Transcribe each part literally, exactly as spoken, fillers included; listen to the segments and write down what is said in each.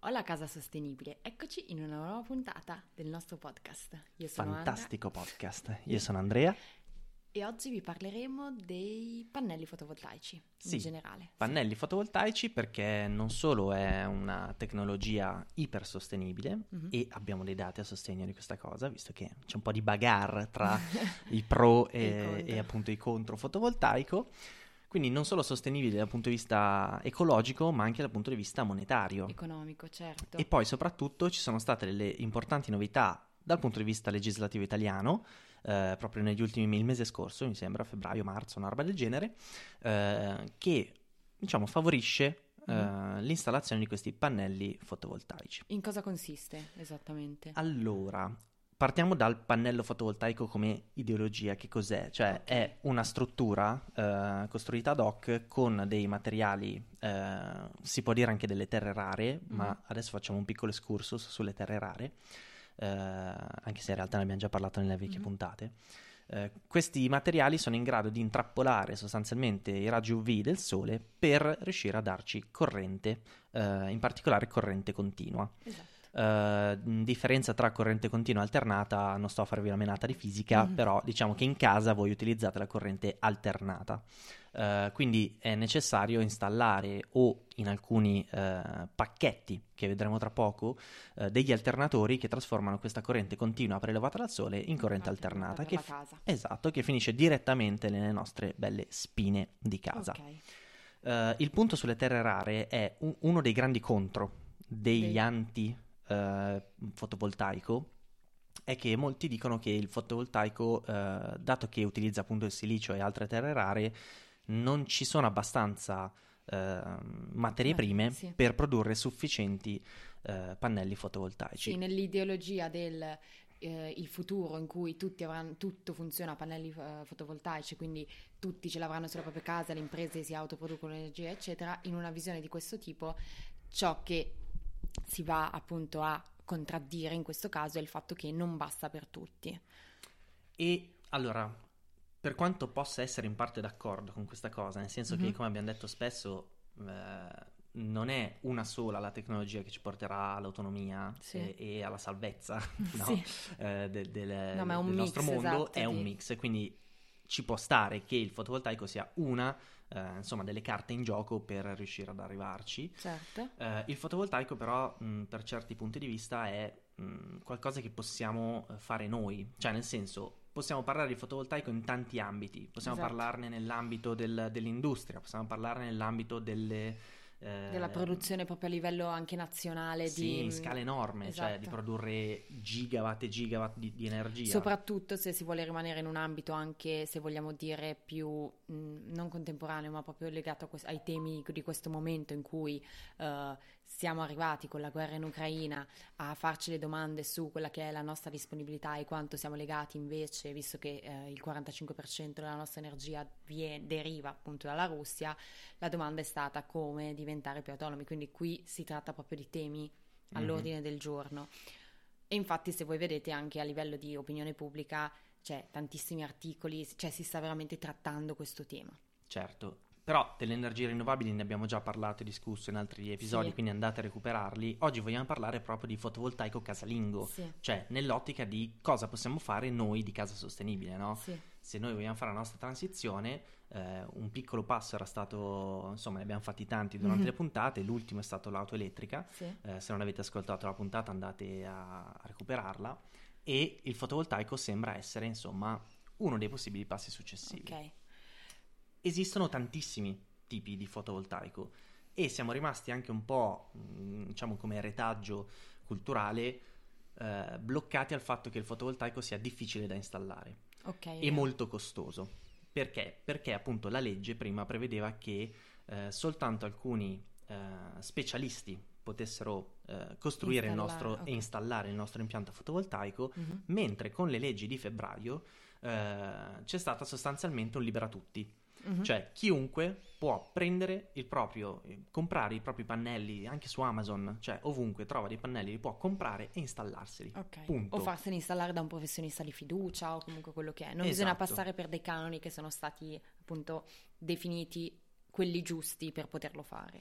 Hola Casa Sostenibile, eccoci in una nuova puntata del nostro podcast. Io sono Fantastico Anna. podcast. Io sono Andrea. E oggi vi parleremo dei pannelli fotovoltaici Sì, in generale. Pannelli sì. fotovoltaici perché non solo è una tecnologia ipersostenibile mm-hmm. e abbiamo dei dati a sostegno di questa cosa, visto che c'è un po' di bagarre tra i pro e, e, e appunto i contro fotovoltaico. Quindi non solo sostenibile dal punto di vista ecologico, ma anche dal punto di vista monetario. Economico, certo. E poi soprattutto ci sono state delle importanti novità dal punto di vista legislativo italiano, eh, proprio negli ultimi, il mese scorso, mi sembra, febbraio, marzo, una roba del genere, eh, che diciamo favorisce mm-hmm. eh, l'installazione di questi pannelli fotovoltaici. In cosa consiste esattamente? Allora, partiamo dal pannello fotovoltaico come ideologia, che cos'è? Cioè okay. è una struttura eh, costruita ad hoc con dei materiali, eh, si può dire anche delle terre rare, mm. ma adesso facciamo un piccolo excursus sulle terre rare, eh, anche se in realtà ne abbiamo già parlato nelle vecchie mm. puntate. Eh, questi materiali sono in grado di intrappolare sostanzialmente i raggi U V del sole per riuscire a darci corrente, eh, in particolare corrente continua. Esatto. Uh, differenza tra corrente continua e alternata, non sto a farvi la menata di fisica, mm-hmm. però diciamo che in casa voi utilizzate la corrente alternata, uh, quindi è necessario installare o in alcuni uh, pacchetti che vedremo tra poco uh, degli alternatori che trasformano questa corrente continua prelevata dal sole in corrente alternata, alternata che, per la casa. Esatto, che finisce direttamente nelle nostre belle spine di casa. Okay. Uh, il punto sulle terre rare è un, uno dei grandi contro degli Dei... anti Uh, fotovoltaico è che molti dicono che il fotovoltaico, uh, dato che utilizza appunto il silicio e altre terre rare, non ci sono abbastanza uh, materie Beh, prime sì. per produrre sufficienti uh, pannelli fotovoltaici. Sì, nell'ideologia del eh, il futuro in cui tutti avranno, tutto funziona a pannelli uh, fotovoltaici, quindi tutti ce l'avranno sulla propria casa, le imprese si autoproducono energia, eccetera, in una visione di questo tipo, ciò che si va appunto a contraddire in questo caso è il fatto che non basta per tutti. E allora, per quanto possa essere in parte d'accordo con questa cosa, nel senso mm-hmm. che, come abbiamo detto spesso, eh, non è una sola la tecnologia che ci porterà all'autonomia sì. e, e alla salvezza no? sì. eh, de, de, de, no, ma è un del mix, nostro mondo, esatto, è un di... mix, quindi ci può stare che il fotovoltaico sia una Uh, insomma delle carte in gioco per riuscire ad arrivarci. Certo. Uh, il fotovoltaico però mh, per certi punti di vista è mh, qualcosa che possiamo fare noi, cioè nel senso possiamo parlare di fotovoltaico in tanti ambiti, possiamo esatto. parlarne nell'ambito del, dell'industria, possiamo parlarne nell'ambito delle Eh, della produzione proprio a livello anche nazionale sì, di in scala enorme, esatto. cioè di produrre gigawatt e gigawatt di, di energia, soprattutto se si vuole rimanere in un ambito anche, se vogliamo dire, più mh, non contemporaneo ma proprio legato a que- ai temi di questo momento in cui uh, siamo arrivati con la guerra in Ucraina a farci le domande su quella che è la nostra disponibilità e quanto siamo legati invece, visto che uh, il quarantacinque per cento della nostra energia vie- deriva appunto dalla Russia. La domanda è stata come diventare più autonomi, quindi qui si tratta proprio di temi all'ordine mm-hmm. del giorno. E infatti se voi vedete anche a livello di opinione pubblica c'è tantissimi articoli, cioè si sta veramente trattando questo tema. Certo, però delle energie rinnovabili ne abbiamo già parlato e discusso in altri episodi, sì. quindi andate a recuperarli. Oggi vogliamo parlare proprio di fotovoltaico casalingo, sì. cioè nell'ottica di cosa possiamo fare noi di casa sostenibile, no? Sì. Se noi vogliamo fare la nostra transizione, eh, un piccolo passo era stato, insomma ne abbiamo fatti tanti durante mm-hmm. le puntate, l'ultimo è stato l'auto elettrica, sì. eh, se non avete ascoltato la puntata andate a, a recuperarla, e il fotovoltaico sembra essere insomma uno dei possibili passi successivi. Ok. Esistono tantissimi tipi di fotovoltaico e siamo rimasti anche un po', diciamo come retaggio culturale, eh, bloccati al fatto che il fotovoltaico sia difficile da installare okay, e yeah. molto costoso. Perché? Perché appunto la legge prima prevedeva che eh, soltanto alcuni eh, specialisti potessero eh, costruire il nostro okay. e installare il nostro impianto fotovoltaico, mm-hmm. mentre con le leggi di febbraio eh, c'è stata sostanzialmente un libera tutti. Mm-hmm. Cioè chiunque può prendere il proprio, eh, comprare i propri pannelli anche su Amazon, cioè ovunque trova dei pannelli li può comprare e installarseli. Okay. Punto. O farsene installare da un professionista di fiducia o comunque quello che è. Non esatto. bisogna passare per dei canoni che sono stati appunto definiti quelli giusti per poterlo fare.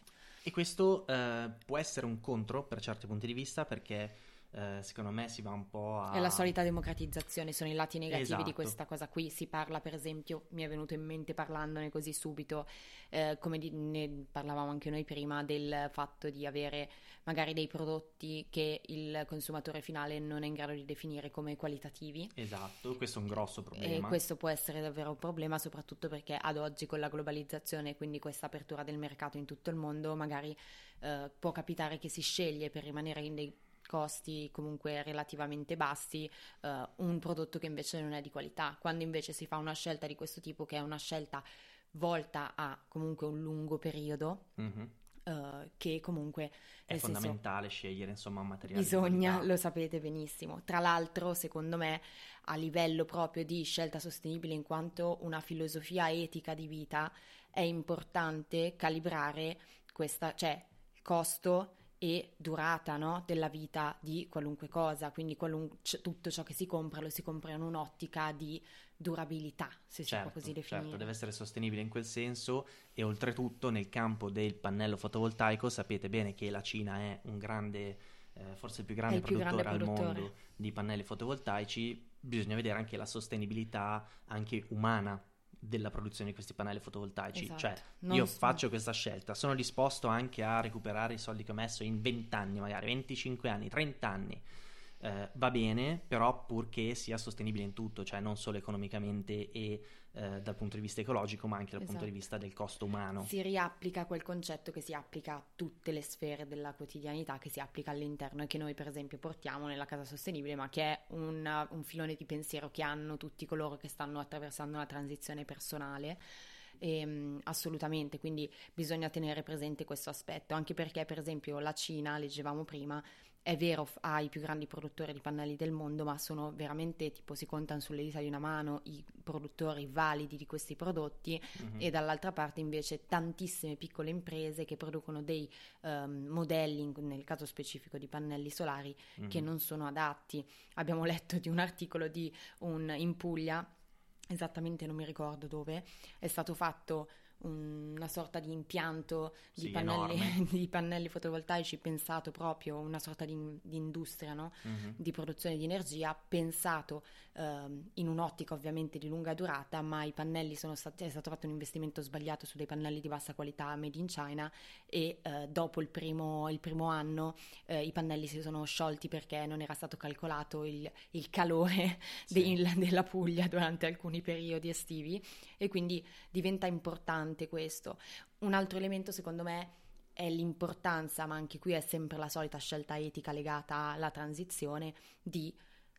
E questo eh, può essere un contro per certi punti di vista, perché eh, secondo me si va un po' a... È la solita democratizzazione, sono i lati negativi Esatto. di questa cosa qui. Si parla, per esempio, mi è venuto in mente parlandone così subito, eh, come di- ne parlavamo anche noi prima, del fatto di avere magari dei prodotti che il consumatore finale non è in grado di definire come qualitativi. Esatto, questo è un grosso E problema. questo può essere davvero un problema, soprattutto perché ad oggi con la globalizzazione e quindi questa apertura del mercato in tutto il mondo, magari eh, può capitare che si sceglie per rimanere in dei costi comunque relativamente bassi eh, un prodotto che invece non è di qualità, quando invece si fa una scelta di questo tipo, che è una scelta volta a comunque un lungo periodo, Mhm. eh, che comunque È nel senso, fondamentale scegliere insomma un materiale di bisogna, qualità. lo sapete benissimo. Tra l'altro, secondo me, a livello proprio di scelta sostenibile, in quanto una filosofia etica di vita, è importante calibrare questa, cioè il costo e durata, no, della vita di qualunque cosa, quindi qualun- c- tutto ciò che si compra lo si compra in un'ottica di durabilità, se si può Certo, così definire. certo, deve essere sostenibile in quel senso, e oltretutto nel campo del pannello fotovoltaico sapete bene che la Cina è un grande, eh, forse il più grande il più grande produttore al produttore. mondo di pannelli fotovoltaici. Bisogna vedere anche la sostenibilità anche umana della produzione di questi pannelli fotovoltaici. Esatto. Cioè, Non io so- faccio questa scelta, sono disposto anche a recuperare i soldi che ho messo in venti anni, magari venticinque anni, trenta anni. Eh, va bene, però purché sia sostenibile in tutto, cioè non solo economicamente e eh, dal punto di vista ecologico, ma anche dal punto di Esatto. vista del costo umano. Si riapplica quel concetto che si applica a tutte le sfere della quotidianità, che si applica all'interno e che noi per esempio portiamo nella casa sostenibile, ma che è un, un filone di pensiero che hanno tutti coloro che stanno attraversando una transizione personale. Ehm, assolutamente, quindi bisogna tenere presente questo aspetto, anche perché per esempio la Cina, leggevamo prima, è vero, f- ha i più grandi produttori di pannelli del mondo, ma sono veramente, tipo, si contano sulle dita di una mano i produttori validi di questi prodotti, Mhm. e dall'altra parte invece tantissime piccole imprese che producono dei ehm, modelli, in- nel caso specifico di pannelli solari, che Mhm. non sono adatti. Abbiamo letto di un articolo di un in Puglia, esattamente non mi ricordo dove, è stato fatto un- una sorta di impianto di Sì, pannelli, enorme. di pannelli fotovoltaici pensato proprio, una sorta di, di industria, no? Mhm. Di produzione di energia, pensato ehm, in un'ottica ovviamente di lunga durata, ma i pannelli sono stati, è stato fatto un investimento sbagliato su dei pannelli di bassa qualità made in China, e eh, dopo il primo, il primo anno eh, i pannelli si sono sciolti perché non era stato calcolato il, il calore Sì. del- della Puglia durante alcuni periodi estivi, e quindi diventa importante questo. Un altro elemento secondo me è l'importanza, ma anche qui è sempre la solita scelta etica legata alla transizione, di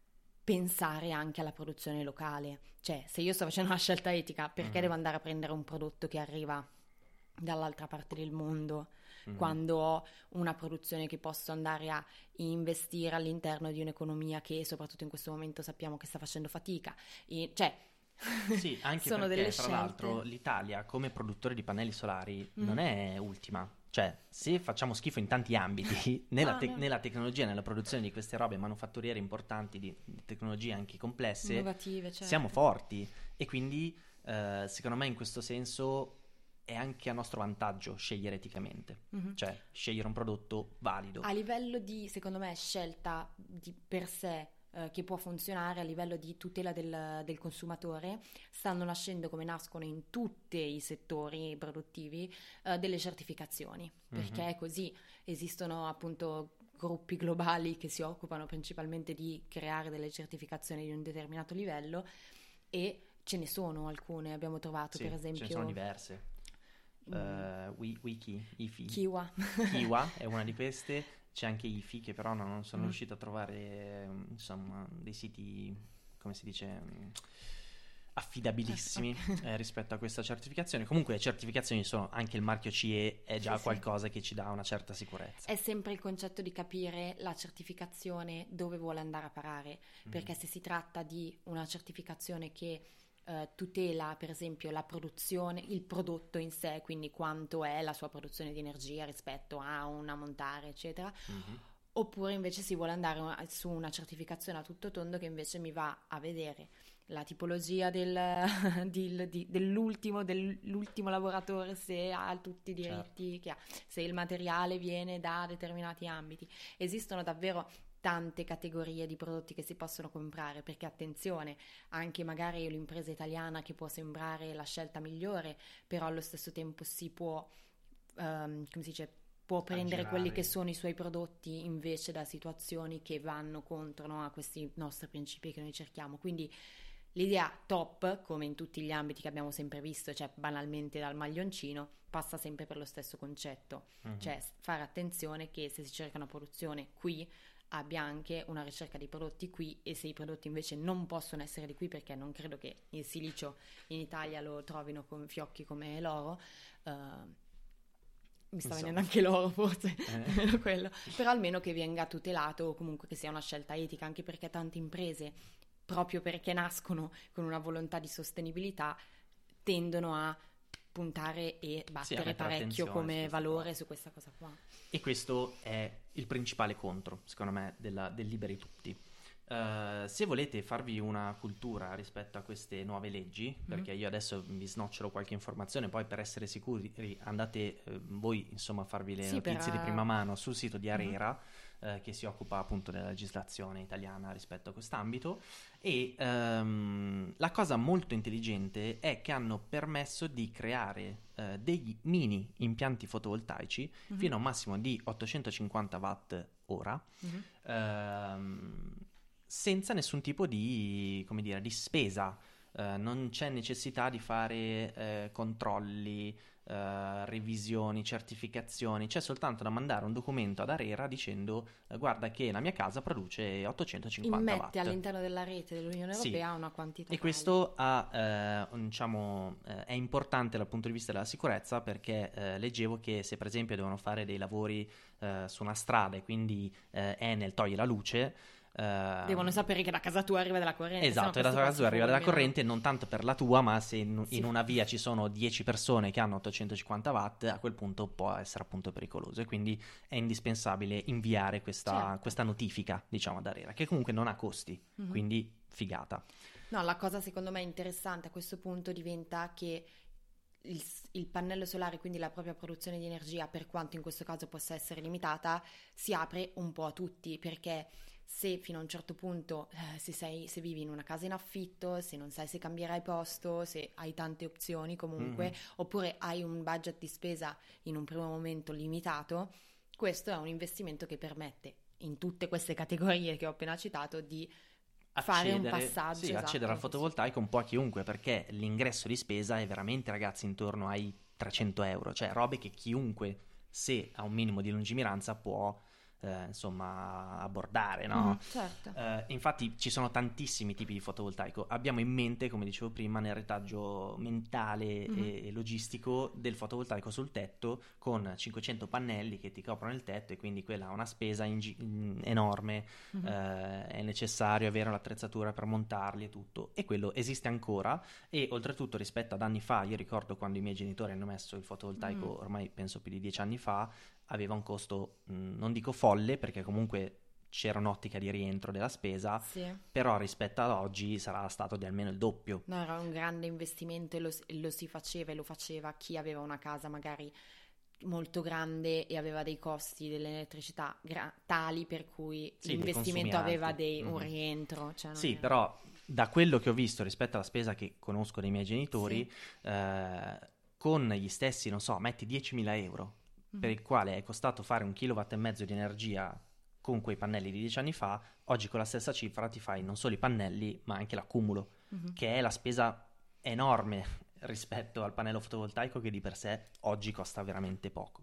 pensare anche alla produzione locale. Cioè, se io sto facendo una scelta etica, perché Mhm. devo andare a prendere un prodotto che arriva dall'altra parte del mondo, Mhm. quando ho una produzione che posso andare a investire all'interno di un'economia che soprattutto in questo momento sappiamo che sta facendo fatica? E, cioè, Sì, anche sono perché delle tra scelte. l'altro l'Italia come produttore di pannelli solari Mm. non è ultima. Cioè, se facciamo schifo in tanti ambiti, nella, Ah, te- no. nella tecnologia, nella produzione di queste robe manufatturiere importanti, di, di tecnologie anche complesse, Innovative, certo. siamo forti. E quindi, eh, secondo me, in questo senso è anche a nostro vantaggio scegliere eticamente. Mhm. Cioè, scegliere un prodotto valido. A livello di, secondo me, scelta di per sé eh, che può funzionare a livello di tutela del, del consumatore, stanno nascendo, come nascono in tutti i settori produttivi, eh, delle certificazioni, perché Mhm. è così. Esistono appunto gruppi globali che si occupano principalmente di creare delle certificazioni di un determinato livello, e ce ne sono alcune, abbiamo trovato Sì, per ce ne esempio sono diverse. mm, Eh, Wi- Wiki, Ifi. Kiwa. Kiwa è una di queste, c'è anche Ifi che però non sono Mm. riuscito a trovare eh, insomma dei siti, come si dice, mm, affidabilissimi Ok. eh, rispetto a questa certificazione. Comunque le certificazioni sono, anche il marchio C E è già Sì, sì. qualcosa che ci dà una certa sicurezza. È sempre il concetto di capire la certificazione dove vuole andare a parare, perché Mhm. se si tratta di una certificazione che eh, tutela per esempio la produzione, il prodotto in sé, quindi quanto è la sua produzione di energia rispetto a un ammontare, eccetera, Mhm. oppure invece si vuole andare a- su una certificazione a tutto tondo che invece mi va a vedere la tipologia del, di, di, dell'ultimo, dell'ultimo lavoratore, se ha tutti i diritti, certo, che ha, se il materiale viene da determinati ambiti. Esistono davvero tante categorie di prodotti che si possono comprare, perché attenzione, anche magari l'impresa italiana, che può sembrare la scelta migliore, però allo stesso tempo si può, um, come si dice, può prendere aggirare quelli che sono i suoi prodotti invece da situazioni che vanno contro, no, a questi nostri principi che noi cerchiamo. Quindi l'idea top, come in tutti gli ambiti che abbiamo sempre visto, cioè banalmente dal maglioncino, passa sempre per lo stesso concetto, uh-huh. cioè fare attenzione che se si cerca una produzione qui, abbia anche una ricerca dei prodotti qui, e se i prodotti invece non possono essere di qui, perché non credo che il silicio in Italia lo trovino con fiocchi come l'oro, uh, mi sta venendo anche l'oro forse, eh. quello. Però almeno che venga tutelato, o comunque che sia una scelta etica, anche perché tante imprese, proprio perché nascono con una volontà di sostenibilità, tendono a puntare e battere sì, parecchio come valore su questa cosa qua. E questo è il principale contro, secondo me, della, del liberi tutti. Uh, se volete farvi una cultura rispetto a queste nuove leggi, mm-hmm. perché io adesso vi snocciolo qualche informazione, poi per essere sicuri andate uh, voi insomma a farvi le sì, notizie per... di prima mano sul sito di ARERA, mm-hmm. uh, che si occupa appunto della legislazione italiana rispetto a quest'ambito, e um, la cosa molto intelligente è che hanno permesso di creare uh, degli mini impianti fotovoltaici mm-hmm. fino a un massimo di ottocentocinquanta watt ora, mm-hmm. um, senza nessun tipo di, come dire, di spesa. Uh, non c'è necessità di fare uh, controlli, uh, revisioni, certificazioni, c'è soltanto da mandare un documento ad ARERA dicendo uh, guarda che la mia casa produce ottocentocinquanta watt. Immette all'interno della rete dell'Unione Europea sì. una quantità. E questo ha, uh, diciamo, uh, è importante dal punto di vista della sicurezza, perché uh, leggevo che se per esempio devono fare dei lavori uh, su una strada e quindi uh, Enel toglie la luce, Uh, devono sapere che da casa tua arriva della corrente. Esatto, da casa tua arriva della corrente, non tanto per la tua, ma se in, sì. in una via ci sono dieci persone che hanno ottocentocinquanta watt, a quel punto può essere appunto pericoloso, e quindi è indispensabile inviare questa, certo. questa notifica, diciamo, ad ARERA, che comunque non ha costi, mm-hmm. quindi figata. No, la cosa secondo me interessante a questo punto diventa che il, il pannello solare, quindi la propria produzione di energia, per quanto in questo caso possa essere limitata, si apre un po' a tutti, perché se fino a un certo punto eh, se, sei, se vivi in una casa in affitto, se non sai se cambierai posto, se hai tante opzioni comunque, mm-hmm. oppure hai un budget di spesa in un primo momento limitato, questo è un investimento che permette in tutte queste categorie che ho appena citato di fare accedere, un passaggio. Sì, esatto, accedere al fotovoltaico un po' a chiunque, perché l'ingresso di spesa è veramente, ragazzi, intorno ai trecento euro, cioè robe che chiunque, se ha un minimo di lungimiranza, può Eh, insomma abbordare, no? Mm, certo. Eh, infatti ci sono tantissimi tipi di fotovoltaico. Abbiamo in mente, come dicevo prima, nel retaggio mentale mm-hmm. e, e logistico del fotovoltaico sul tetto, con cinquecento pannelli che ti coprono il tetto, e quindi quella ha una spesa in, in, enorme, mm-hmm. eh, è necessario avere l'attrezzatura per montarli e tutto, e quello esiste ancora. E oltretutto, rispetto ad anni fa, io ricordo quando i miei genitori hanno messo il fotovoltaico, mm-hmm. ormai penso più di dieci anni fa, aveva un costo, mh, non dico folle, perché comunque c'era un'ottica di rientro della spesa, sì. però rispetto ad oggi sarà stato di almeno il doppio. No, era un grande investimento, e lo, lo si faceva e lo faceva chi aveva una casa magari molto grande e aveva dei costi dell'elettricità gra- tali per cui sì, l'investimento aveva dei, mm-hmm. un rientro. Cioè sì, era... però da quello che ho visto rispetto alla spesa che conosco dei miei genitori, sì. eh, con gli stessi, non so, metti diecimila euro, per il quale è costato fare un kilowatt e mezzo di energia con quei pannelli di dieci anni fa, oggi con la stessa cifra ti fai non solo i pannelli ma anche l'accumulo, mm-hmm. che è la spesa enorme rispetto al pannello fotovoltaico, che di per sé oggi costa veramente poco.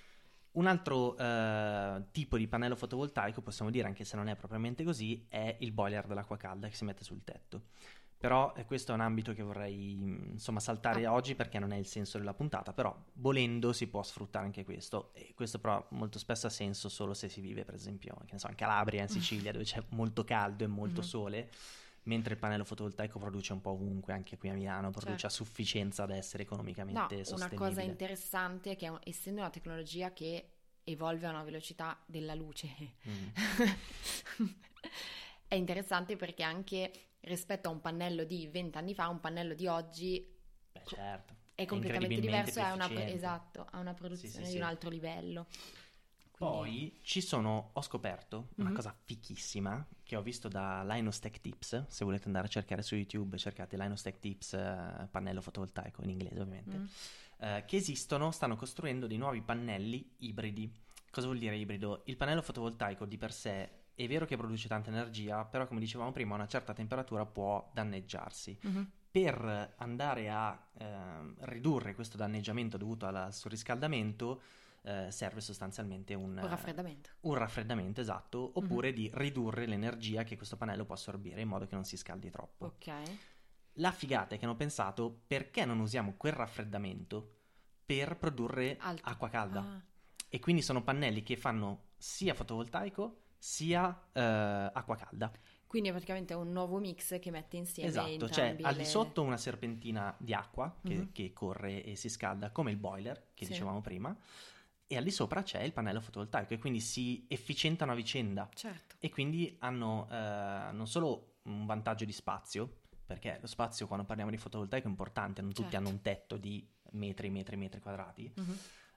Un altro eh, tipo di pannello fotovoltaico, possiamo dire, anche se non è propriamente così, è il boiler dell'acqua calda che si mette sul tetto. Però eh, questo è un ambito che vorrei insomma saltare ah. oggi, perché non è il senso della puntata, però volendo si può sfruttare anche questo, e questo però molto spesso ha senso solo se si vive per esempio, che ne so, in Calabria, in Sicilia, dove c'è molto caldo e molto mm-hmm. sole, mentre il pannello fotovoltaico produce un po' ovunque, anche qui a Milano produce certo. a sufficienza da essere economicamente no, sostenibile. Una cosa interessante è che essendo una tecnologia che evolve a una velocità della luce mm. è interessante perché anche rispetto a un pannello di venti anni fa, un pannello di oggi Beh, certo. è completamente È diverso, più è una, efficiente. esatto, ha una produzione Sì, sì, di sì. un altro livello. Poi Quindi... ci sono, ho scoperto una Mhm. cosa fichissima che ho visto da Linus Tech Tips. Se volete andare a cercare su YouTube, cercate Linus Tech Tips, eh, pannello fotovoltaico in inglese ovviamente. Mm. eh, che esistono, stanno costruendo dei nuovi pannelli ibridi. Cosa vuol dire ibrido? Il pannello fotovoltaico di per sé è vero che produce tanta energia, però come dicevamo prima a una certa temperatura può danneggiarsi. Mhm. Per andare a ehm, ridurre questo danneggiamento dovuto al surriscaldamento eh, serve sostanzialmente un, Un raffreddamento. un raffreddamento, esatto, oppure di ridurre l'energia che questo pannello può assorbire in modo che non si scaldi troppo. Ok. La figata è che hanno pensato perché non usiamo quel raffreddamento per produrre Alto. acqua calda. Ah. E quindi sono pannelli che fanno sia fotovoltaico sia eh, acqua calda. Quindi è praticamente un nuovo mix che mette insieme Esatto, c'è entrambi al di le- sotto una serpentina di acqua che, Mhm. che corre e si scalda come il boiler che Sì. dicevamo prima, e al di sopra c'è il pannello fotovoltaico e quindi si efficientano a vicenda Certo. e quindi hanno eh, non solo un vantaggio di spazio, perché lo spazio quando parliamo di fotovoltaico è importante, non tutti Certo. hanno un tetto di metri, metri, metri quadrati, Mhm.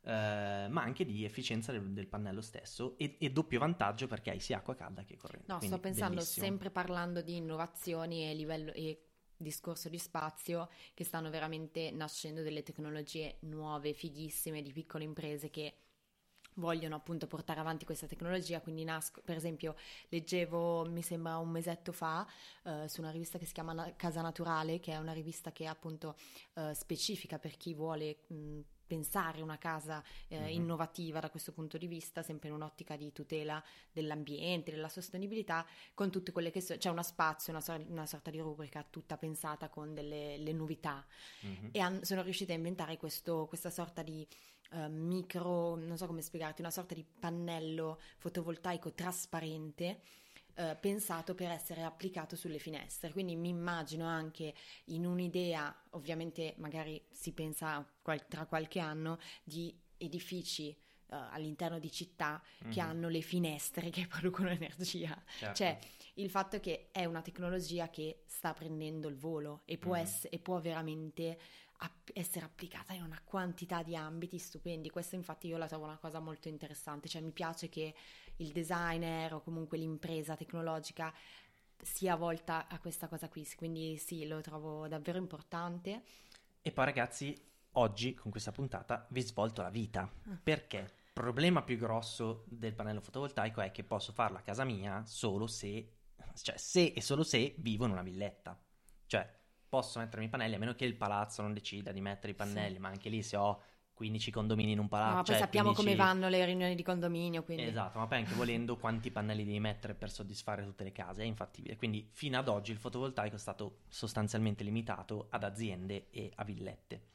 eh, ma anche di efficienza del, del pannello stesso e, e doppio vantaggio perché hai sia acqua calda che corrente. No, Quindi sto pensando, bellissimo. sempre parlando di innovazioni e livello e discorso di spazio, che stanno veramente nascendo delle tecnologie nuove, fighissime, di piccole imprese che vogliono appunto portare avanti questa tecnologia. Quindi nasco, per esempio, leggevo, mi sembra un mesetto fa, eh, su una rivista che si chiama Na- Casa Naturale, che è una rivista che è appunto eh, specifica per chi vuole mh, pensare una casa eh, Mhm. innovativa da questo punto di vista, sempre in un'ottica di tutela dell'ambiente, della sostenibilità, con tutte quelle che so- c'è uno spazio, una, sor- una sorta di rubrica tutta pensata con delle le novità, Mhm. e han- sono riuscite a inventare questo, questa sorta di eh, micro, non so come spiegarti, una sorta di pannello fotovoltaico trasparente, eh, pensato per essere applicato sulle finestre. Quindi mi immagino anche in un'idea, ovviamente magari si pensa qual- tra qualche anno, di edifici eh, all'interno di città che Mhm. hanno le finestre che producono energia. Certo. Cioè, il fatto che è una tecnologia che sta prendendo il volo e può, Mhm. ess- e può veramente app- essere applicata in una quantità di ambiti stupendi. Questo infatti io la trovo una cosa molto interessante, cioè mi piace che il designer o comunque l'impresa tecnologica sia volta a questa cosa qui, quindi sì, lo trovo davvero importante. E poi ragazzi, oggi con questa puntata vi svolto la vita. Ah. Perché? Il problema più grosso del pannello fotovoltaico è che posso farlo a casa mia solo se, cioè se e solo se vivo in una villetta. Cioè, posso mettermi i pannelli a meno che il palazzo non decida di mettere i pannelli, Sì. ma anche lì se ho quindici condomini in un No, palazzo, ma poi cioè sappiamo quindici... come vanno le riunioni di condominio, quindi Esatto, ma poi anche volendo quanti pannelli devi mettere per soddisfare tutte le case, è infattibile. Quindi fino ad oggi il fotovoltaico è stato sostanzialmente limitato ad aziende e a villette.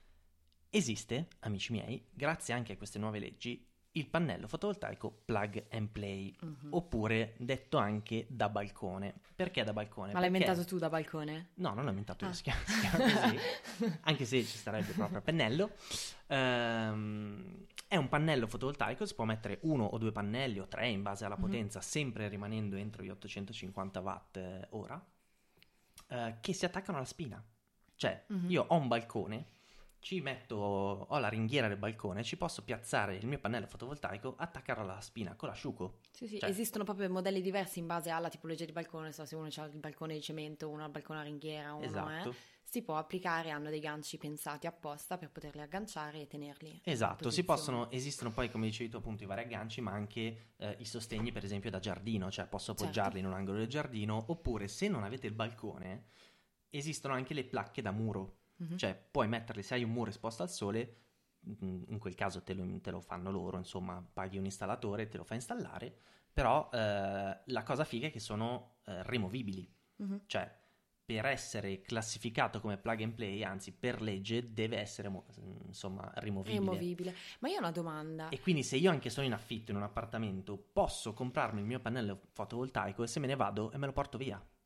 Esiste, amici miei, grazie anche a queste nuove leggi, il pannello fotovoltaico plug and play, Mhm. oppure detto anche da balcone. Perché da balcone? Ma l'hai Perché- inventato tu da balcone? No, non l'ho inventato io, Ah. si chiama, si chiama così, anche se ci starebbe proprio a pennello. Ehm, è un pannello fotovoltaico, si può mettere uno o due pannelli o tre in base alla Mhm. potenza, sempre rimanendo entro gli ottocentocinquanta watt eh, ora, eh, che si attaccano alla spina. Cioè, Mhm. io ho un balcone, ci metto, ho la ringhiera del balcone, ci posso piazzare il mio pannello fotovoltaico, attaccarlo alla spina con l'asciugo. Sì, sì, Cioè- esistono proprio modelli diversi in base alla tipologia di balcone. So, se uno ha il balcone di cemento, uno ha il balcone a ringhiera, uno Esatto. è, si può applicare, hanno dei ganci pensati apposta per poterli agganciare e tenerli in Esatto, si posizione. possono, esistono poi come dicevi tu appunto i vari agganci, ma anche eh, i sostegni per esempio da giardino, cioè posso appoggiarli Certo. in un angolo del giardino, oppure se non avete il balcone esistono anche le placche da muro, Mhm. cioè puoi metterle, se hai un muro esposto al sole, mm, in quel caso te lo, te lo fanno loro, insomma paghi un installatore, te lo fa installare, però eh, la cosa figa è che sono eh, rimovibili, Mhm. cioè per essere classificato come plug and play, anzi per legge deve essere mo- insomma rimovibile. Rimovibile. Ma io ho una domanda. E quindi se io anche sono in affitto in un appartamento, posso comprarmi il mio pannello fotovoltaico e se me ne vado e me lo porto via. Mhm.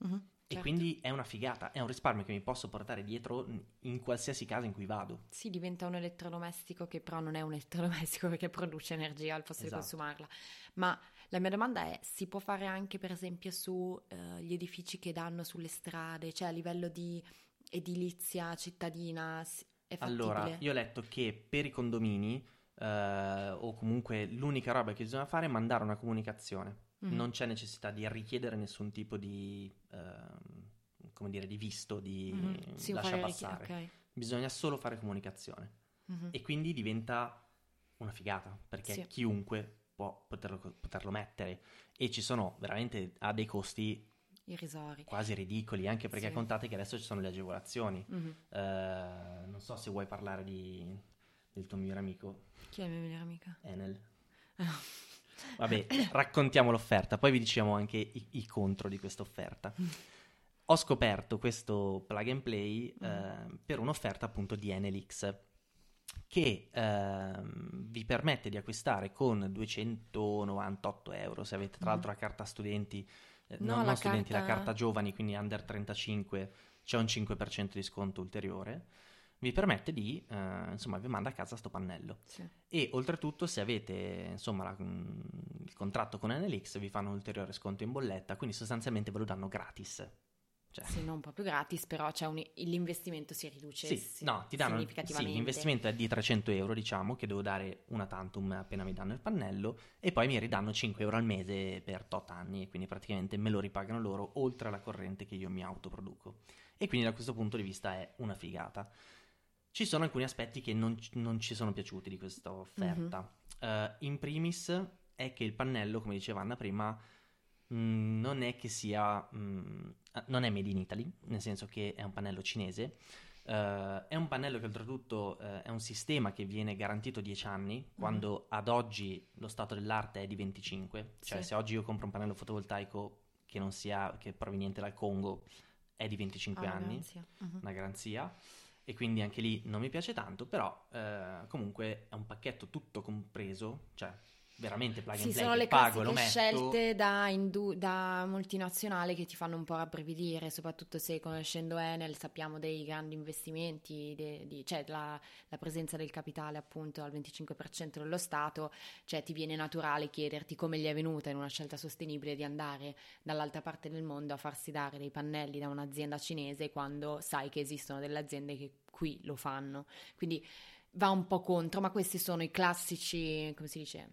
E certo. quindi è una figata, è un risparmio che mi posso portare dietro in qualsiasi casa in cui vado. Sì, diventa un elettrodomestico che però non è un elettrodomestico perché produce energia al posto Esatto. di consumarla. Ma la mia domanda è, si può fare anche per esempio su eh, gli edifici che danno sulle strade, cioè a livello di edilizia cittadina, s- è Allora, fattibile? io ho letto che per i condomini, eh, o comunque l'unica roba che bisogna fare è mandare una comunicazione. Mhm. Non c'è necessità di richiedere nessun tipo di, ehm, come dire, di visto, di Mhm. Sì, lascia fare richi- passare. ok. Bisogna solo fare comunicazione. Mhm. E quindi diventa una figata, perché Sì. chiunque può poterlo, poterlo mettere. E ci sono veramente a dei costi Irrisori. quasi ridicoli, anche perché Sì. contate che adesso ci sono le agevolazioni. Mhm. Eh, non so se vuoi parlare di, del tuo migliore amico Chi è la mia migliore amica? Enel. Vabbè, raccontiamo l'offerta, poi vi diciamo anche i, i contro di questa offerta. Ho scoperto questo plug and play eh, per un'offerta appunto di Enel X che ehm, vi permette di acquistare con duecentonovantotto euro, se avete tra l'altro la carta studenti, eh, No, no, la non studenti, la carta- carta giovani, quindi under trentacinque, c'è un cinque per cento di sconto ulteriore, vi permette di, eh, insomma, vi manda a casa sto pannello. Sì. E oltretutto, se avete insomma la- mm, il contratto con Enel X, vi fanno un ulteriore sconto in bolletta, quindi sostanzialmente ve lo danno gratis. Cioè, Sì, non proprio gratis, però c'è un- l'investimento si riduce sì, si- no, ti danno, sì, significativamente. l'investimento è di trecento euro, diciamo, che devo dare una tantum appena mi danno il pannello, e poi mi ridanno cinque euro al mese per tot anni, e quindi praticamente me lo ripagano loro, oltre alla corrente che io mi autoproduco. E quindi da questo punto di vista è una figata. Ci sono alcuni aspetti che non, non ci sono piaciuti di questa offerta. Eh, in primis è che il pannello, come diceva Anna prima, mh, non è che sia, mh, non è made in Italy, nel senso che è un pannello cinese. Eh, è un pannello che oltretutto eh, è un sistema che viene garantito dieci anni, quando ad oggi lo stato dell'arte è di venticinque. Cioè, Sì. se oggi io compro un pannello fotovoltaico che non sia, che è proveniente dal Congo, è di venticinque Ah, una anni, garanzia. Mhm. una garanzia. E quindi anche lì non mi piace tanto, però eh, comunque è un pacchetto tutto compreso, cioè veramente plug and Sì, play sono che le pago e lo classiche metto. scelte da, indu- da multinazionale che ti fanno un po' rabbrividire, soprattutto se conoscendo Enel sappiamo dei grandi investimenti, de- di- cioè la, la presenza del capitale appunto al venticinque per cento dello Stato, cioè ti viene naturale chiederti come gli è venuta in una scelta sostenibile di andare dall'altra parte del mondo a farsi dare dei pannelli da un'azienda cinese quando sai che esistono delle aziende che qui lo fanno. Quindi va un po' contro, ma questi sono i classici, come si dice?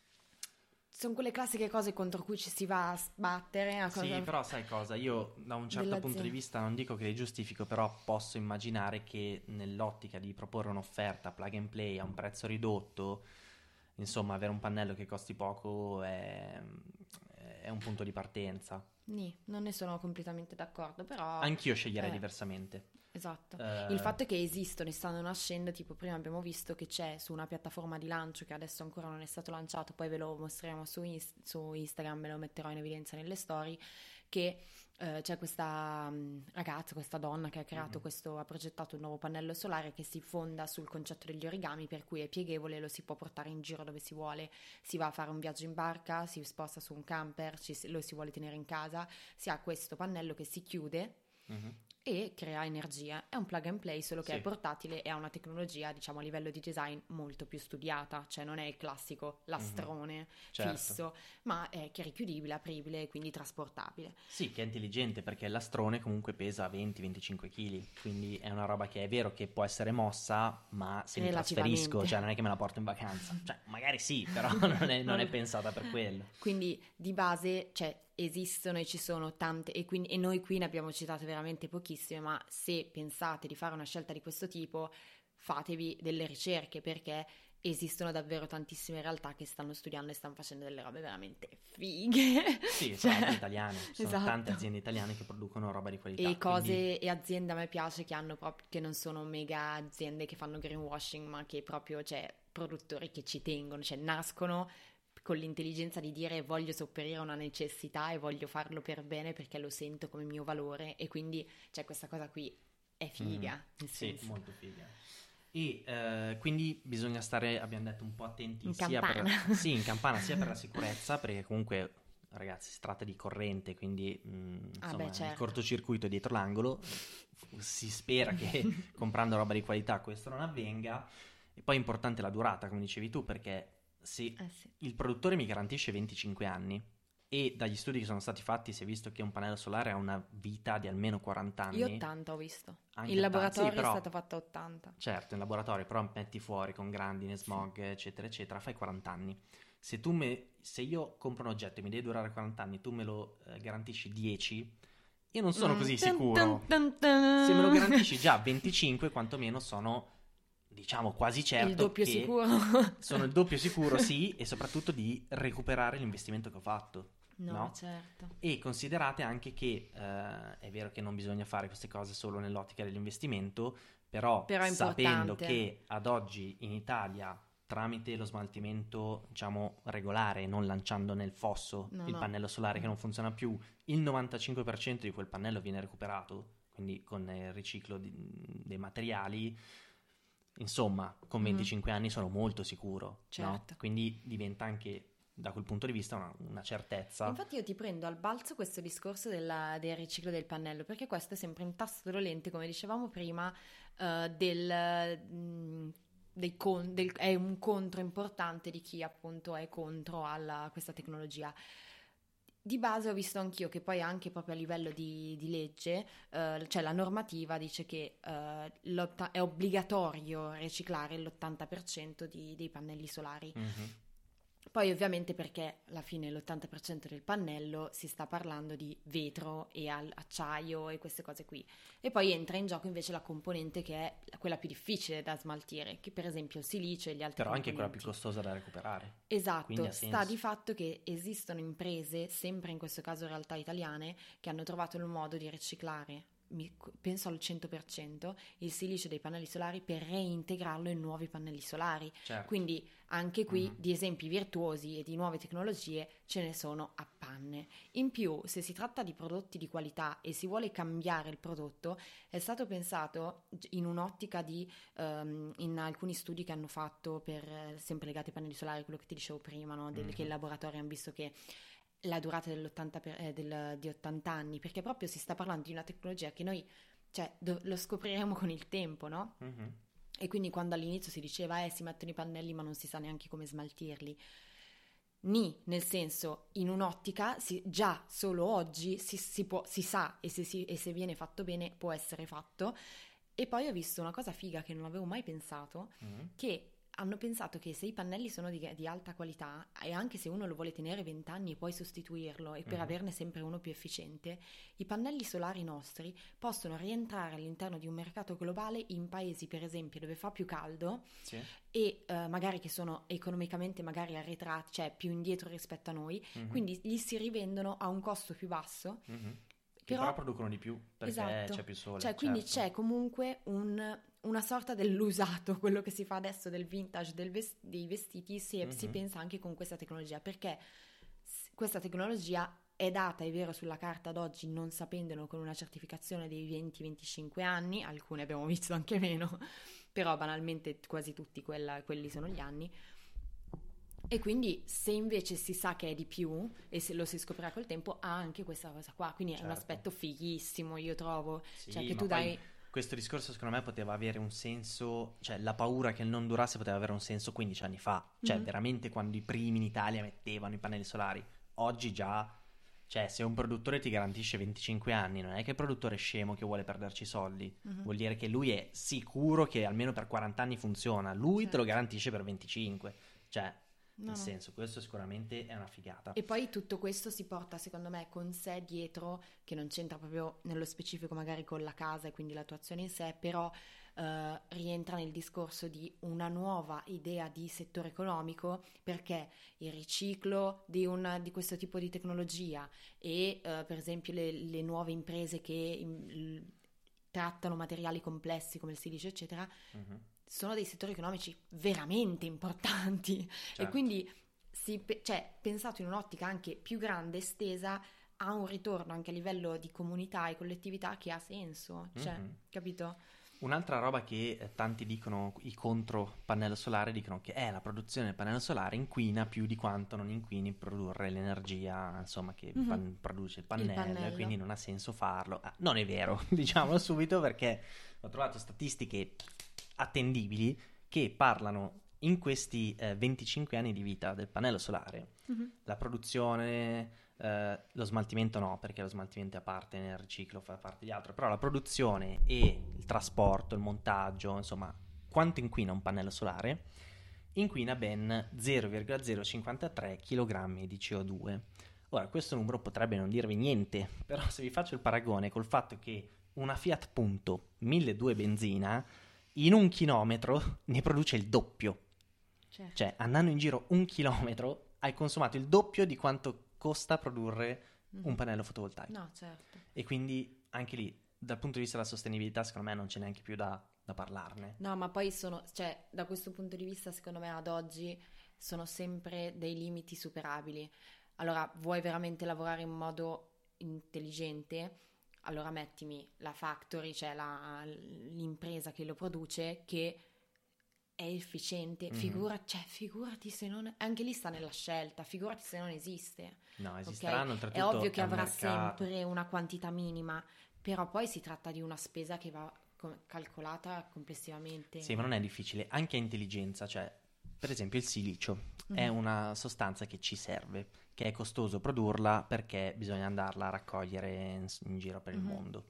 Sono quelle classiche cose contro cui ci si va a sbattere. A Sì, cosa- però sai cosa? Io da un certo punto dell'azienda. di vista non dico che li giustifico, però posso immaginare che nell'ottica di proporre un'offerta plug and play a un prezzo ridotto, insomma, avere un pannello che costi poco è, è un punto di partenza. Nì, non ne sono completamente d'accordo, però... Anch'io sceglierei eh, diversamente. Esatto. Eh, Il fatto è che esistono e stanno nascendo, tipo prima abbiamo visto che c'è su una piattaforma di lancio che adesso ancora non è stato lanciato, poi ve lo mostreremo su, Ins- su Instagram, ve lo metterò in evidenza nelle storie, che eh, c'è questa mh, ragazza, questa donna che ha creato Mhm. questo, ha progettato un nuovo pannello solare che si fonda sul concetto degli origami, per cui è pieghevole, lo si può portare in giro dove si vuole, si va a fare un viaggio in barca, si sposta su un camper, ci si- lo si vuole tenere in casa, si ha questo pannello che si chiude mhm. e crea energia. È un plug and play, solo che Sì. è portatile e ha una tecnologia, diciamo, a livello di design molto più studiata, cioè non è il classico lastrone Certo. fisso, ma è che è richiudibile, apribile e quindi trasportabile. Sì, che è intelligente perché l'astrone comunque pesa venti venticinque kg, quindi è una roba che è vero che può essere mossa, ma se mi Relativamente. trasferisco, cioè non è che me la porto in vacanza, cioè magari sì, però non è, non è pensata per quello. Quindi di base, cioè, esistono e ci sono tante, e, quindi, e noi qui ne abbiamo citate veramente pochissime, ma se pensate di fare una scelta di questo tipo, fatevi delle ricerche, perché esistono davvero tantissime realtà che stanno studiando e stanno facendo delle robe veramente fighe. Sì, Cioè, sono anche italiane, ci sono esatto. tante aziende italiane che producono roba di qualità. E cose quindi- e aziende a me piace che hanno proprio, che non sono mega aziende che fanno greenwashing, ma che proprio, cioè, produttori che ci tengono, cioè nascono con l'intelligenza di dire voglio sopperire a una necessità e voglio farlo per bene perché lo sento come mio valore, e quindi, cioè, questa cosa qui è figa, Mhm. nel Sì, senso. molto figa. E eh, quindi bisogna stare, abbiamo detto, un po' attenti In sia campana. per, sì, in campana, sia per la sicurezza, perché comunque ragazzi, si tratta di corrente, quindi mh, Ah, insomma beh, certo. il cortocircuito è dietro l'angolo, si spera che comprando roba di qualità questo non avvenga. E poi è importante la durata, come dicevi tu, perché se Eh sì. il produttore mi garantisce venticinque anni e dagli studi che sono stati fatti si è visto che un pannello solare ha una vita di almeno quaranta anni. Io ottanta ho visto. Anche In ottanta, laboratorio sì, però- è stato fatto a ottanta. Certo, in laboratorio, però metti fuori con grandine, smog, eccetera, eccetera, fai quaranta anni. Se tu me, se io compro un oggetto e mi deve durare quaranta anni, tu me lo eh, garantisci dieci, io non sono Mm. così Dun, sicuro. dun, dun, dun. Se me lo garantisci già venticinque, quantomeno sono, diciamo, quasi certo Il doppio che sicuro. sono il doppio sicuro, sì, e soprattutto di recuperare l'investimento che ho fatto. No, No? certo. E considerate anche che eh, è vero che non bisogna fare queste cose solo nell'ottica dell'investimento, però, Però è sapendo importante. che ad oggi in Italia, tramite lo smaltimento, diciamo, regolare, non lanciando nel fosso No, il no. pannello solare che non funziona più, il novantacinque per cento di quel pannello viene recuperato, quindi con il riciclo di- dei materiali. Insomma, con Mhm. venticinque anni sono molto sicuro, no? Certo. Quindi diventa anche da quel punto di vista una, una certezza. Infatti io ti prendo al balzo questo discorso della- del riciclo del pannello, perché questo è sempre un tasto dolente, come dicevamo prima, eh, del, mh, dei con- del- è un contro importante di chi appunto è contro alla- questa tecnologia. Di base ho visto anch'io che poi anche proprio a livello di, di legge, eh, cioè la normativa dice che eh, l'otta- è obbligatorio riciclare l'ottanta per cento di- dei pannelli solari. Mhm. Poi ovviamente perché alla fine l'ottanta per cento del pannello si sta parlando di vetro e al- acciaio e queste cose qui. E poi entra in gioco invece la componente che è quella più difficile da smaltire, che per esempio il silicio e gli altri Però anche quella più componenti. costosa da recuperare. Quindi Esatto, ha sta senso. di fatto che esistono imprese, sempre in questo caso realtà italiane, che hanno trovato il modo di riciclare, mi- penso al cento per cento, il silicio dei pannelli solari per reintegrarlo in nuovi pannelli solari. Certo. Quindi anche qui Mhm. di esempi virtuosi e di nuove tecnologie ce ne sono a panne. In più, se si tratta di prodotti di qualità e si vuole cambiare il prodotto, è stato pensato in un'ottica di, ehm, in alcuni studi che hanno fatto per, eh, sempre legati ai pannelli solari, quello che ti dicevo prima, no? Del- Mhm. che i laboratori hanno visto che la durata dell'ottanta per- eh, del- di ottanta anni, perché proprio si sta parlando di una tecnologia che noi, cioè, do- lo scopriremo con il tempo, no? Mhm. E quindi quando all'inizio si diceva, eh, si mettono i pannelli ma non si sa neanche come smaltirli. Ni, nel senso, in un'ottica, si- già solo oggi si, si può, si sa e se, si- e se viene fatto bene può essere fatto. E poi ho visto una cosa figa che non avevo mai pensato, Mhm. che hanno pensato che se i pannelli sono di, di alta qualità e anche se uno lo vuole tenere venti anni e poi sostituirlo e per Mhm. averne sempre uno più efficiente, i pannelli solari nostri possono rientrare all'interno di un mercato globale in paesi, per esempio, dove fa più caldo Sì. e eh, magari che sono economicamente magari arretrati, cioè più indietro rispetto a noi, Mhm. quindi gli si rivendono a un costo più basso. Mhm. Che Però- però producono di più perché Esatto. c'è più sole. Cioè, quindi certo. c'è comunque un- una sorta dell'usato, quello che si fa adesso del vintage del ves- dei vestiti, si, si Mhm. pensa anche con questa tecnologia, perché s- questa tecnologia è data, è vero, sulla carta ad oggi, non sapendolo, con una certificazione dei venti venticinque anni, alcune abbiamo visto anche meno, però banalmente quasi tutti quella- quelli sono gli anni. E quindi se invece si sa che è di più e se lo si scoprirà col tempo, ha anche questa cosa qua, quindi è un Certo. aspetto fighissimo, io trovo, Sì, cioè che ma tu poi dai... questo discorso secondo me poteva avere un senso, cioè la paura che il non durasse poteva avere un senso quindici anni fa, cioè Mhm. veramente quando i primi in Italia mettevano i pannelli solari. Oggi già, cioè se un produttore ti garantisce venticinque anni, non è che il produttore è scemo che vuole perderci i soldi, Mhm. vuol dire che lui è sicuro che almeno per quaranta anni funziona, lui te lo Certo. garantisce per venticinque, cioè No, nel no. senso questo sicuramente è una figata. E poi tutto questo si porta, secondo me, con sé dietro, che non c'entra proprio nello specifico magari con la casa e quindi l'attuazione in sé, però eh, rientra nel discorso di una nuova idea di settore economico, perché il riciclo di, un- di questo tipo di tecnologia e eh, per esempio le, le nuove imprese che im- l- trattano materiali complessi come il silicio, eccetera, Mhm. sono dei settori economici veramente importanti. E Certo. quindi si, pe- cioè, pensato in un'ottica anche più grande, estesa, ha un ritorno anche a livello di comunità e collettività che ha senso, cioè, Mhm. capito? Un'altra roba che eh, tanti dicono, i contro pannello solare, dicono che è la produzione del pannello solare inquina più di quanto non inquini produrre l'energia, insomma, che Mhm. pan- produce il Il pannello, e pannello. quindi non ha senso farlo. Ah, non è vero, diciamolo subito, perché ho trovato statistiche attendibili che parlano in questi eh, venticinque anni di vita del pannello solare, Mhm. la produzione, eh, lo smaltimento no, perché lo smaltimento è a parte nel riciclo, fa parte di altro, però la produzione e il trasporto, il montaggio, insomma, quanto inquina un pannello solare? Inquina ben zero virgola zero cinquantatré chilogrammi di C O due. Ora, questo numero potrebbe non dirvi niente, però se vi faccio il paragone col fatto che una Fiat Punto milleduecento benzina in un chilometro ne produce il doppio. Certo. Cioè, andando in giro un chilometro hai consumato il doppio di quanto costa produrre Mhm. un pannello fotovoltaico. No, certo. E quindi anche lì, dal punto di vista della sostenibilità, secondo me non c'è neanche più da, da parlarne. No, ma poi sono, cioè, da questo punto di vista, secondo me ad oggi sono sempre dei limiti superabili. Allora, vuoi veramente lavorare in modo intelligente? Allora mettimi la factory, cioè la- l'impresa che lo produce, che è efficiente. Mhm. Figura, cioè, figurati se non... Anche lì sta nella scelta, figurati se non esiste. No, Ok? esisteranno oltretutto. È ovvio che è un avrà mercato. sempre una quantità minima, però poi si tratta di una spesa che va co- calcolata complessivamente. Sì, ma non è difficile, anche a intelligenza, cioè, per esempio il silicio è Mhm. una sostanza che ci serve, che è costoso produrla perché bisogna andarla a raccogliere in, in giro per il Mhm. mondo.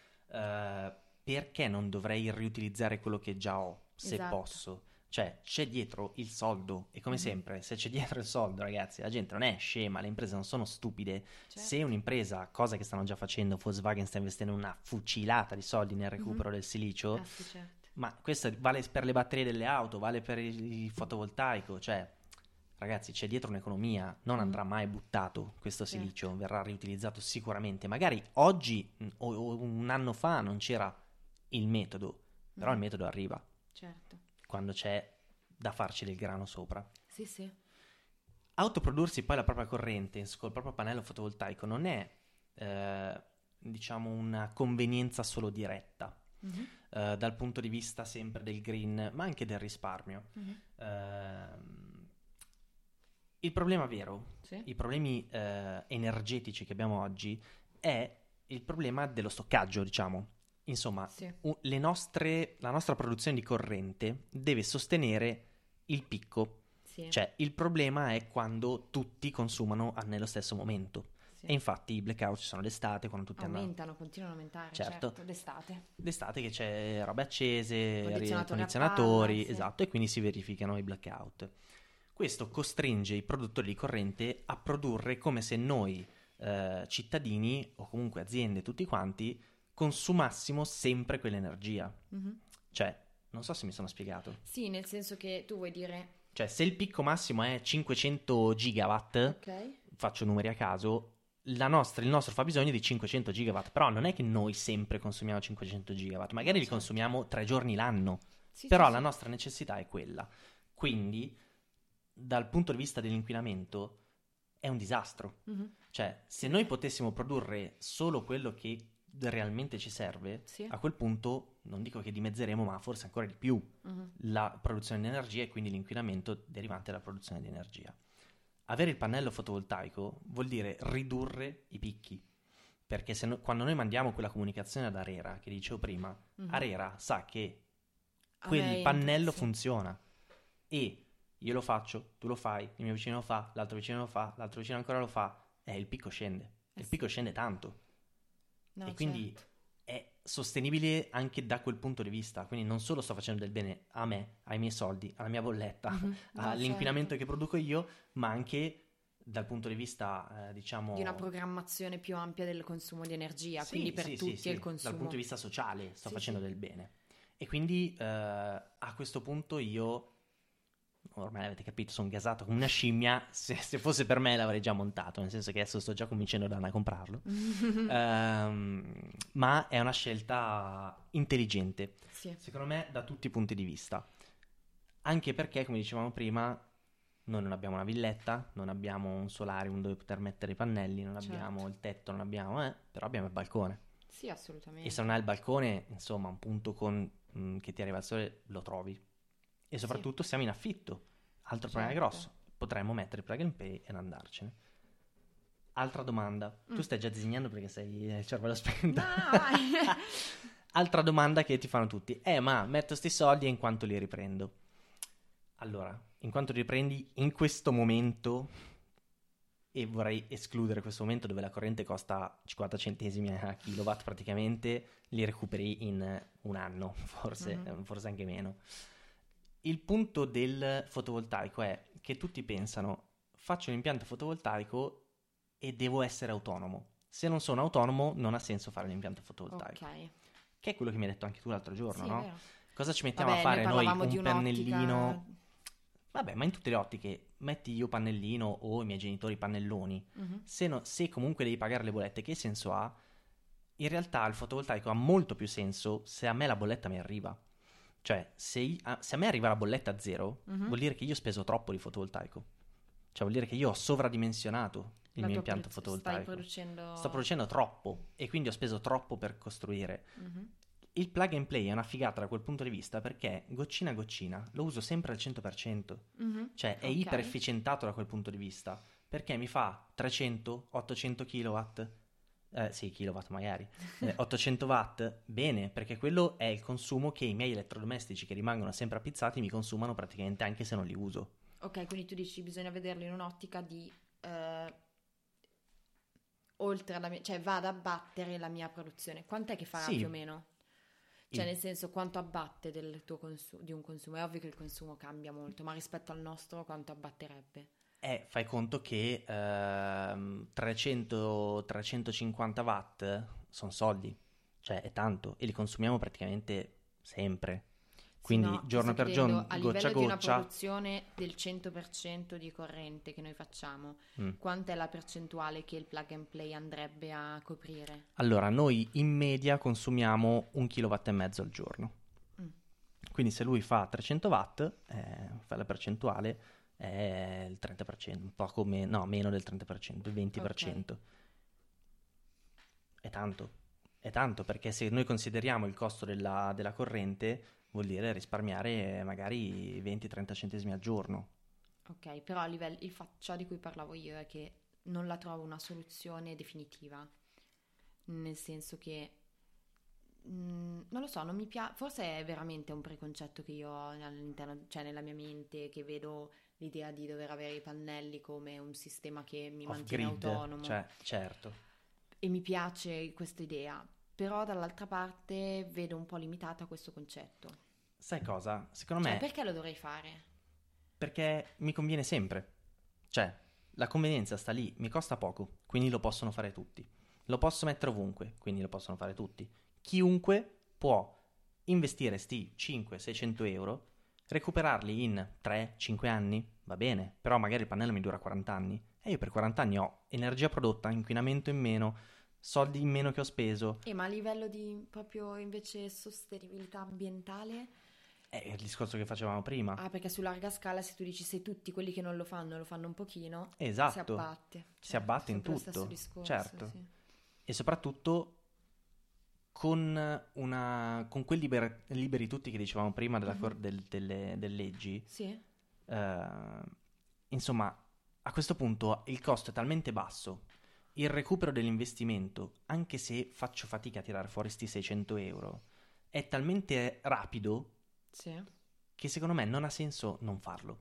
Eh, perché non dovrei riutilizzare quello che già ho, se Esatto. posso? Cioè, c'è dietro il soldo e come Mhm. sempre, se c'è dietro il soldo, ragazzi, la gente non è scema, le imprese non sono stupide. Certo. Se un'impresa, cosa che stanno già facendo, Volkswagen sta investendo una fucilata di soldi nel recupero del silicio, Ah, sì, certo. ma questo vale per le batterie delle auto, vale per il il fotovoltaico, cioè ragazzi c'è dietro un'economia, non Mhm. andrà mai buttato questo Certo. silicio, verrà riutilizzato sicuramente. Magari oggi mh, o, o un anno fa non c'era il metodo, però il Mhm. metodo arriva Certo. quando c'è da farci del grano sopra. Sì, sì. Autoprodursi poi la propria corrente col proprio pannello fotovoltaico non è, eh, diciamo, una convenienza solo diretta, Mhm. eh, dal punto di vista sempre del green, ma anche del risparmio. Mhm. Ehm, il problema vero, Sì. i problemi eh, energetici che abbiamo oggi è il problema dello stoccaggio, diciamo. Insomma, Sì. u- le nostre, la nostra produzione di corrente deve sostenere il picco. Sì. Cioè, il problema è quando tutti consumano a- nello stesso momento. Sì. E infatti i blackout ci sono d'estate, quando tutti hanno... Aumentano, continuano a aumentare, Certo. certo, d'estate. D'estate che c'è robe accese, Condizionatori a condizionatori, palla, sì. esatto, e quindi si verificano i blackout. Questo costringe i produttori di corrente a produrre come se noi, eh, cittadini o comunque aziende, tutti quanti, consumassimo sempre quell'energia. Mhm. Cioè, non so se mi sono spiegato. Sì, nel senso che tu vuoi dire, Cioè, se il picco massimo è cinquecento gigawatt, ok, faccio numeri a caso, la nostra, il nostro fabbisogno è di cinquecento gigawatt, però non è che noi sempre consumiamo cinquecento gigawatt, magari li certo. consumiamo tre giorni l'anno, sì, però sì, la sì. nostra necessità è quella. Quindi, dal punto di vista dell'inquinamento, è un disastro. Mhm. Cioè, se noi potessimo produrre solo quello che realmente ci serve, Sì. a quel punto, non dico che dimezzeremo, ma forse ancora di più Mhm. la produzione di energia e quindi l'inquinamento derivante dalla produzione di energia. Avere il pannello fotovoltaico vuol dire ridurre i picchi, perché se no- quando noi mandiamo quella comunicazione ad Arera, che dicevo prima, Mhm. Arera sa che A quel me- pannello sì. funziona e io lo faccio, tu lo fai, il mio vicino lo fa, l'altro vicino lo fa, l'altro vicino ancora lo fa, e il picco scende. Eh il sì. picco scende tanto. No, E quindi certo. è sostenibile anche da quel punto di vista. Quindi non solo sto facendo del bene a me, ai miei soldi, alla mia bolletta, Mhm. No, all'inquinamento certo. che produco io, ma anche dal punto di vista, eh, diciamo... Di una programmazione più ampia del consumo di energia, Sì, quindi per sì, tutti sì, sì, il dal consumo. punto di vista sociale sto Sì, facendo sì. del bene. E quindi eh, a questo punto io, ormai avete capito, sono gasato come una scimmia, se, se fosse per me l'avrei già montato, nel senso che adesso sto già convincendo Dana a comprarlo. Ehm, ma è una scelta intelligente, Sì. secondo me, da tutti i punti di vista. Anche perché, come dicevamo prima, noi non abbiamo una villetta, non abbiamo un solarium dove poter mettere i pannelli, non Certo. abbiamo il tetto, non abbiamo, eh, però abbiamo il balcone. Sì, assolutamente. E se non hai il balcone, insomma, un punto con mh, che ti arriva il sole lo trovi. E soprattutto Sì. siamo in affitto. Altro Certo. problema grosso. Potremmo mettere il plug and play e andarcene. Altra domanda. Mm. Tu stai già disegnando perché sei il cervello spento. No, no, vai. Altra domanda che ti fanno tutti. Eh, ma metto sti soldi e in quanto li riprendo? Allora, in quanto li riprendi in questo momento, e vorrei escludere questo momento dove la corrente costa cinquanta centesimi a kilowatt praticamente, li recuperi in un anno, forse, Mhm. forse anche meno. Il punto del fotovoltaico è che tutti pensano, faccio un impianto fotovoltaico e devo essere autonomo. Se non sono autonomo non ha senso fare l'impianto fotovoltaico. Ok. Che è quello che mi hai detto anche tu l'altro giorno, Sì, è no? vero. Cosa ci mettiamo Vabbè, a fare noi noi? parlavamo di Un un'ottica. pannellino... Vabbè, ma in tutte le ottiche, metti io pannellino o i miei genitori pannelloni. Mhm. Se, no- se comunque devi pagare le bollette, che senso ha? In realtà il fotovoltaico ha molto più senso se a me la bolletta mi arriva. Cioè, se, i- a, se a me arriva la bolletta a zero, Mhm. vuol dire che io ho speso troppo di fotovoltaico. Cioè, vuol dire che io ho sovradimensionato il La mio tua impianto produz- fotovoltaico. Stai producendo. Sto producendo troppo e quindi ho speso troppo per costruire. Mhm. Il plug and play è una figata da quel punto di vista perché goccina a goccina lo uso sempre al cento per cento. Mhm. Cioè è Ok. iper efficientato da quel punto di vista perché mi fa trecento, ottocento kilowatt, eh, sì, kilowatt magari, eh, ottocento watt, bene, perché quello è il consumo che i miei elettrodomestici che rimangono sempre appizzati mi consumano praticamente anche se non li uso. Ok, quindi tu dici bisogna vederlo in un'ottica di eh, oltre alla mia, cioè vada a battere la mia produzione. Quant'è che farà Sì, più o meno? Cioè, il- nel senso, quanto abbatte del tuo consu- di un consumo? È ovvio che il consumo cambia molto, ma rispetto al nostro, quanto abbatterebbe? eh, fai conto che ehm, trecento trecentocinquanta watt sono soldi, cioè è tanto e li consumiamo praticamente sempre. Sì, Quindi no, ti giorno sto per chiedendo giorno, a goccia a livello di una goccia. produzione del cento per cento di corrente che noi facciamo, Mm. quant'è la percentuale che il plug and play andrebbe a coprire? Allora, noi in media consumiamo un kilowatt e mezzo al giorno. Mm. Quindi se lui fa trecento watt, eh, fa la percentuale, è il trenta per cento, un poco meno, no, meno del trenta per cento, il venti per cento. È tanto, è tanto perché se noi consideriamo il costo della, della corrente, vuol dire risparmiare magari venti trenta centesimi al giorno. Ok, però a livello, il fa- ciò di cui parlavo io è che non la trovo una soluzione definitiva, nel senso che, mm, non lo so, non mi piace, forse è veramente un preconcetto che io ho all'interno, cioè nella mia mente, che vedo l'idea di dover avere i pannelli come un sistema che mi mantiene Off-grid, autonomo cioè, certo. e mi piace questa idea, però dall'altra parte vedo un po' limitata questo concetto. Sai cosa? Secondo Cioè, me perché lo dovrei fare? perché mi conviene sempre. Cioè, la convenienza sta lì, mi costa poco, quindi lo possono fare tutti. Lo posso mettere ovunque, quindi lo possono fare tutti. Chiunque può investire sti cinquecento seicento euro, recuperarli in tre cinque anni, va bene, però magari il pannello mi dura quaranta anni e io per quaranta anni ho energia prodotta, inquinamento in meno, soldi in meno che ho speso. E ma a livello di proprio invece sostenibilità ambientale? È il discorso che facevamo prima. Ah, perché su larga scala se tu dici se tutti quelli che non lo fanno lo fanno un pochino, si Esatto, abbatte. si Cioè, abbatte in sempre lo stesso tutto, discorso, certo. sì. E soprattutto con, una, con quei liber- liberi tutti che dicevamo prima della cor- Mhm. del- delle, delle leggi, Sì? eh, insomma, a questo punto il costo è talmente basso, il recupero dell'investimento, anche se faccio fatica a tirare fuori sti seicento euro, è talmente rapido Sì. che secondo me non ha senso non farlo.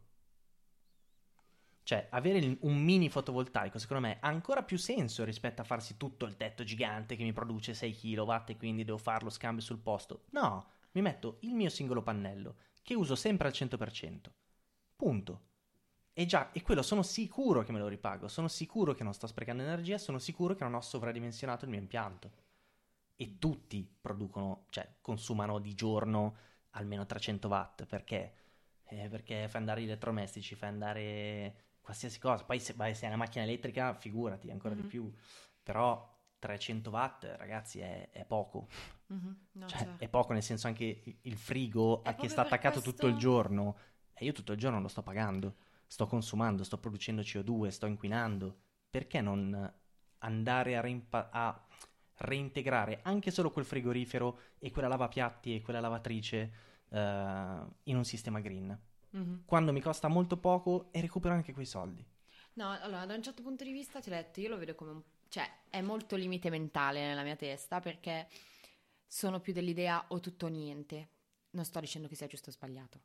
Cioè, avere il- un mini fotovoltaico, secondo me, ha ancora più senso rispetto a farsi tutto il tetto gigante che mi produce sei kilowatt e quindi devo fare lo scambio sul posto. No, mi metto il mio singolo pannello, che uso sempre al cento per cento. Punto. E già, e quello sono sicuro che me lo ripago, sono sicuro che non sto sprecando energia, sono sicuro che non ho sovradimensionato il mio impianto. E tutti producono, cioè, consumano di giorno almeno trecento watt, perché? Eh, perché fai andare gli elettrodomestici, fai andare qualsiasi cosa. Poi se, vai, se hai una macchina elettrica, figurati, ancora di Mhm. più. Però trecento watt, ragazzi, è, è poco. Mhm. No, Cioè, certo. è poco nel senso anche il- il frigo È a che proprio sta per attaccato tutto il questo. giorno. E io tutto il giorno lo sto pagando. Sto consumando, sto producendo C O due, sto inquinando. Perché non andare a, rimpa- a reintegrare anche solo quel frigorifero e quella lavapiatti e quella lavatrice uh, in un sistema green. Mm-hmm. Quando mi costa molto poco e recupero anche quei soldi. No, allora, da un certo punto di vista, ti ho detto, io lo vedo come un... cioè, è molto limite mentale nella mia testa, perché sono più dell'idea o tutto o niente. Non sto dicendo che sia giusto o sbagliato.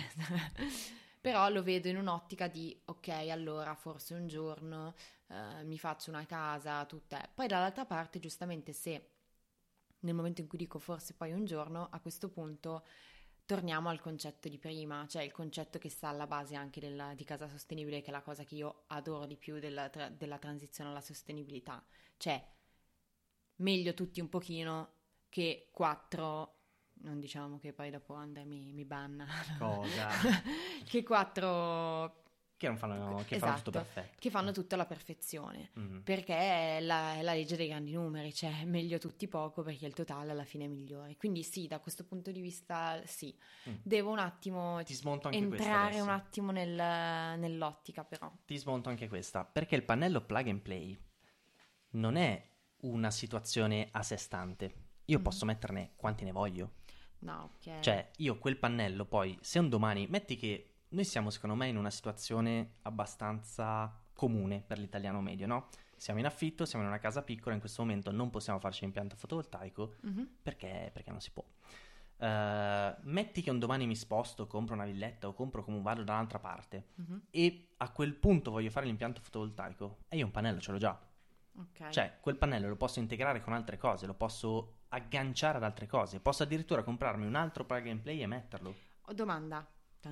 Però lo vedo in un'ottica di, ok, allora, forse un giorno eh, mi faccio una casa, tutta... Poi dall'altra parte, giustamente, se nel momento in cui dico forse poi un giorno, a questo punto... torniamo al concetto di prima, cioè il concetto che sta alla base anche della, di casa sostenibile, che è la cosa che io adoro di più della, tra, della transizione alla sostenibilità. Cioè, meglio tutti un pochino che quattro, non diciamo che poi dopo Under mi, mi banna. Cosa? Che quattro... Che non fanno, che esatto, fanno tutto perfetto. Che fanno tutto alla perfezione. Mm. Perché è la, è la legge dei grandi numeri, cioè meglio tutti poco perché il totale alla fine è migliore. Quindi sì, da questo punto di vista sì. Mm. Devo un attimo Ti smonto anche entrare un attimo nel, nell'ottica però. Ti smonto anche questa, perché il pannello plug and play non è una situazione a sé stante. Io mm. posso metterne quanti ne voglio. No, ok. Cioè, io quel pannello poi, se un domani, metti che noi siamo secondo me in una situazione abbastanza comune per l'italiano medio, no? Siamo in affitto, siamo in una casa piccola, in questo momento non possiamo farci l'impianto fotovoltaico mm-hmm. perché, perché non si può. Uh, metti che un domani mi sposto, compro una villetta o compro comunque vado da un'altra parte mm-hmm. e a quel punto voglio fare l'impianto fotovoltaico e io un pannello ce l'ho già. Okay. Cioè, quel pannello lo posso integrare con altre cose, lo posso agganciare ad altre cose, posso addirittura comprarmi un altro plug and play e metterlo. Ho domanda.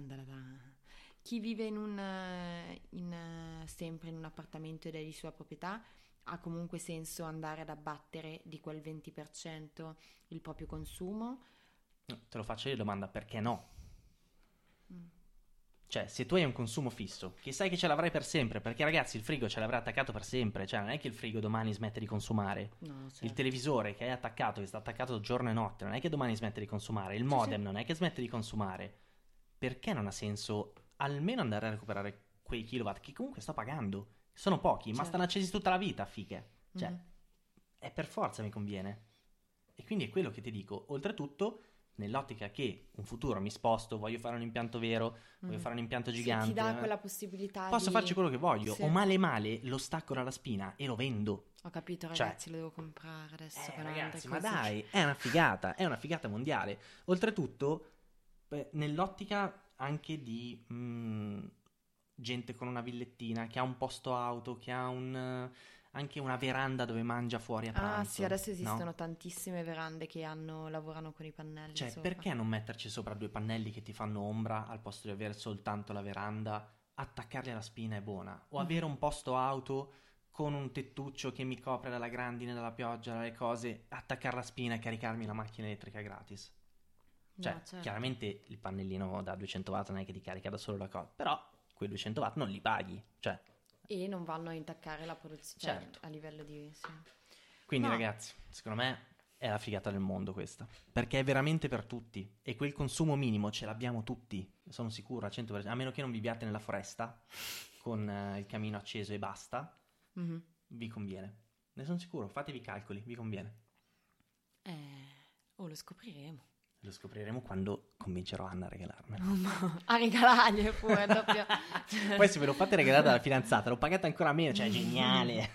Chi vive in un in, sempre in un appartamento ed è di sua proprietà ha comunque senso andare ad abbattere di quel venti per cento il proprio consumo? Te lo faccio io domanda, perché no? Mm. Cioè, se tu hai un consumo fisso, che sai che ce l'avrai per sempre, perché ragazzi il frigo ce l'avrai attaccato per sempre, cioè non è che il frigo domani smette di consumare. No, certo. Il televisore che hai attaccato, che sta attaccato giorno e notte, non è che domani smette di consumare. Il modem sì, sì. non è che smette di consumare. Perché non ha senso almeno andare a recuperare quei kilowatt che comunque sto pagando? Sono pochi, certo. ma stanno accesi tutta la vita, fighe. Cioè, mm-hmm. è per forza mi conviene. E quindi è quello che ti dico. Oltretutto, nell'ottica che un futuro mi sposto, voglio fare un impianto vero, mm-hmm. voglio fare un impianto gigante. Se ti dà quella possibilità posso di... farci quello che voglio. Sì. O male male lo stacco dalla spina e lo vendo. Ho capito, ragazzi, cioè, lo devo comprare adesso. Eh, per ragazzi, ma dai, è una figata, è una figata mondiale. Oltretutto, beh, nell'ottica anche di mh, gente con una villettina che ha un posto auto, che ha un, anche una veranda dove mangia fuori a pranzo. Ah sì, adesso esistono no? tantissime verande che hanno, lavorano con i pannelli. Cioè, sopra. Perché non metterci sopra due pannelli che ti fanno ombra al posto di avere soltanto la veranda, attaccarli alla spina è buona? O mm. avere un posto auto con un tettuccio che mi copre dalla grandine, dalla pioggia, dalle cose, attaccare la spina e caricarmi la macchina elettrica gratis. Cioè, no, certo. chiaramente il pannellino da duecento watt non è che ti carica da solo la cosa, però quei duecento watt non li paghi, cioè. E non vanno a intaccare la produzione, certo. cioè, a livello di... Sì. Quindi no. ragazzi, secondo me è la figata del mondo questa, perché è veramente per tutti, e quel consumo minimo ce l'abbiamo tutti, sono sicuro, al cento per cento, a meno che non viviate nella foresta, con uh, il camino acceso e basta, mm-hmm. vi conviene. Ne sono sicuro, fatevi i calcoli, vi conviene. Eh, oh, lo scopriremo. Lo scopriremo quando convincerò Anna a regalarmelo. Oh, a regalargli pure doppio. Poi se ve lo fate regalare dalla fidanzata lo pagate ancora meno, cioè geniale.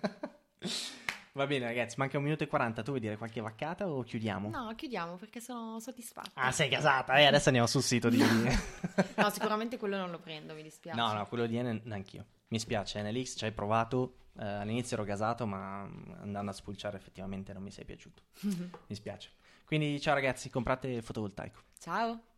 Va bene ragazzi, manca un minuto e quaranta. Tu vuoi dire qualche vaccata o chiudiamo? No, chiudiamo perché sono soddisfatta. Ah, sei casata? Eh, adesso andiamo sul sito di... No, sicuramente quello non lo prendo, mi dispiace. No, no, quello di Enel neanch'io. Mi spiace, Enel X ci hai provato. Uh, all'inizio ero gasato, ma andando a spulciare effettivamente non mi sei piaciuto. Mi spiace. Quindi ciao ragazzi, comprate il fotovoltaico. Ciao.